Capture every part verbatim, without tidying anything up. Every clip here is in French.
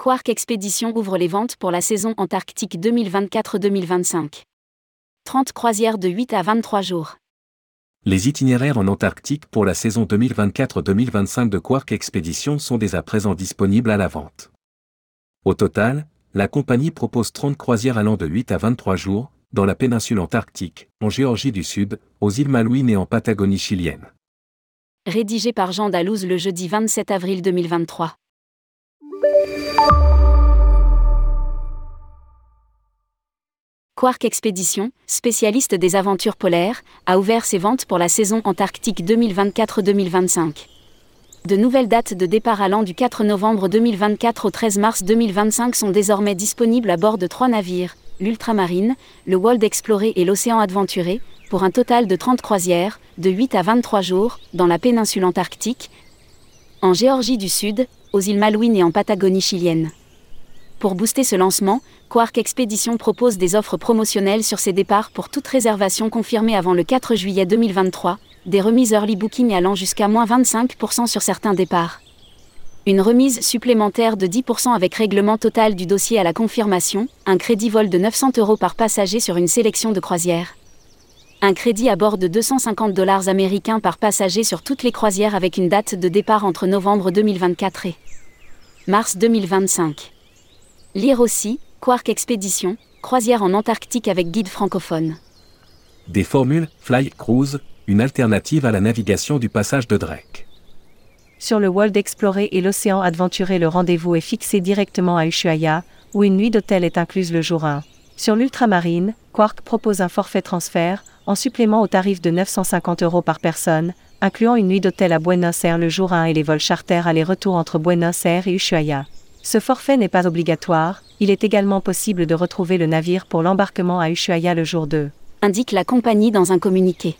Quark Expédition ouvre les ventes pour la saison Antarctique deux mille vingt-quatre deux mille vingt-cinq. trente croisières de huit à vingt-trois jours. Les itinéraires en Antarctique pour la saison deux mille vingt-quatre deux mille vingt-cinq de Quark Expédition sont dès à présent disponibles à la vente. Au total, la compagnie propose trente croisières allant de huit à vingt-trois jours, dans la péninsule antarctique, en Géorgie du Sud, aux îles Malouines et en Patagonie chilienne. Rédigé par Jean Dalouse le jeudi vingt-sept avril deux mille vingt-trois. Quark Expédition, spécialiste des aventures polaires, a ouvert ses ventes pour la saison Antarctique deux mille vingt-quatre deux mille vingt-cinq. De nouvelles dates de départ allant du quatre novembre deux mille vingt-quatre au treize mars deux mille vingt-cinq sont désormais disponibles à bord de trois navires, l'Ultramarine, le World Explorer et l'Océan Adventuré, pour un total de trente croisières, de huit à vingt-trois jours, dans la péninsule antarctique, en Géorgie du Sud, aux îles Malouines et en Patagonie chilienne. Pour booster ce lancement, Quark Expédition propose des offres promotionnelles sur ses départs pour toute réservation confirmée avant le quatre juillet deux mille vingt-trois, des remises early booking allant jusqu'à moins vingt-cinq pour cent sur certains départs. Une remise supplémentaire de dix pour cent avec règlement total du dossier à la confirmation, un crédit vol de neuf cents euros par passager sur une sélection de croisières. Un crédit à bord de deux cent cinquante dollars américains par passager sur toutes les croisières avec une date de départ entre novembre deux mille vingt-quatre et mars deux mille vingt-cinq. Lire aussi, Quark Expédition, croisière en Antarctique avec guide francophone. Des formules Fly Cruise, une alternative à la navigation du passage de Drake. Sur le World Explorer et l'Océan Adventuré, le rendez-vous est fixé directement à Ushuaia, où une nuit d'hôtel est incluse le jour un. Sur l'Ultramarine, Quark propose un forfait transfert, en supplément au tarif de neuf cent cinquante euros par personne, incluant une nuit d'hôtel à Buenos Aires le jour un et les vols charters aller-retour entre Buenos Aires et Ushuaia. Ce forfait n'est pas obligatoire, il est également possible de retrouver le navire pour l'embarquement à Ushuaia le jour deux. Indique la compagnie dans un communiqué.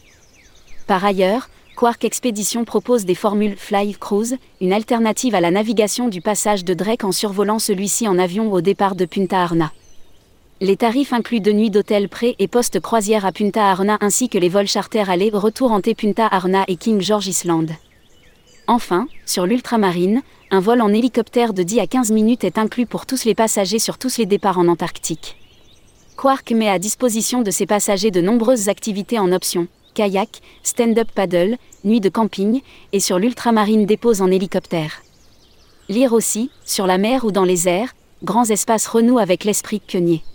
Par ailleurs, Quark Expédition propose des formules Fly Cruise, une alternative à la navigation du passage de Drake en survolant celui-ci en avion au départ de Punta Arna. Les tarifs incluent deux nuits d'hôtel pré- et post-croisière à Punta Arna ainsi que les vols charters aller-retour entre Punta Arna et King George Island. Enfin, sur l'Ultramarine, un vol en hélicoptère de dix à quinze minutes est inclus pour tous les passagers sur tous les départs en Antarctique. Quark met à disposition de ses passagers de nombreuses activités en option, kayak, stand-up paddle, nuit de camping, et sur l'Ultramarine dépose en hélicoptère. Lire aussi, sur la mer ou dans les airs, grands espaces renouent avec l'esprit pionnier.